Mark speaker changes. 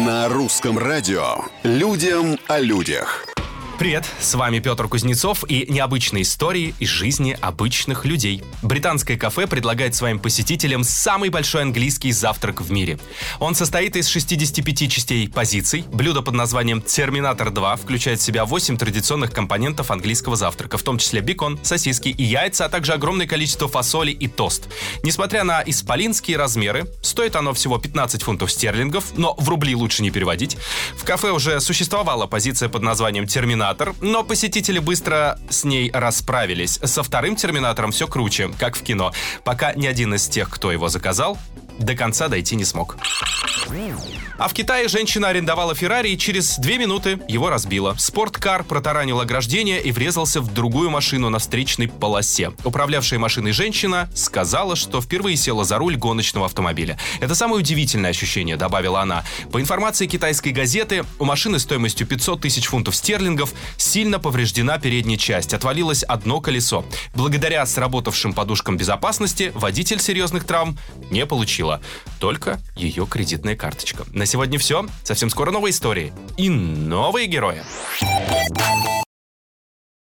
Speaker 1: На русском радио «Людям о людях».
Speaker 2: Привет, с вами Петр Кузнецов и необычные истории из жизни обычных людей. Британское кафе предлагает своим посетителям самый большой английский завтрак в мире. Он состоит из 65 частей позиций. Блюдо под названием «Терминатор 2» включает в себя 8 традиционных компонентов английского завтрака, в том числе бекон, сосиски и яйца, а также огромное количество фасоли и тост. Несмотря на исполинские размеры, стоит оно всего 15 фунтов стерлингов, но в рубли лучше не переводить. В кафе уже существовала позиция под названием «Терминатор», но посетители быстро с ней расправились. Со вторым терминатором все круче, как в кино, пока ни один из тех, кто его заказал, до конца дойти не смог. А в Китае женщина арендовала Феррари и через 2 минуты его разбила. Спорткар протаранил ограждение и врезался в другую машину на встречной полосе. Управлявшая машиной женщина сказала, что впервые села за руль гоночного автомобиля. «Это самое удивительное ощущение», — добавила она. По информации китайской газеты, у машины стоимостью 500 тысяч фунтов стерлингов сильно повреждена передняя часть, отвалилось одно колесо. Благодаря сработавшим подушкам безопасности водитель серьезных травм не получила. Только ее кредитная карточка. На сегодня все. Совсем скоро новые истории и новые герои.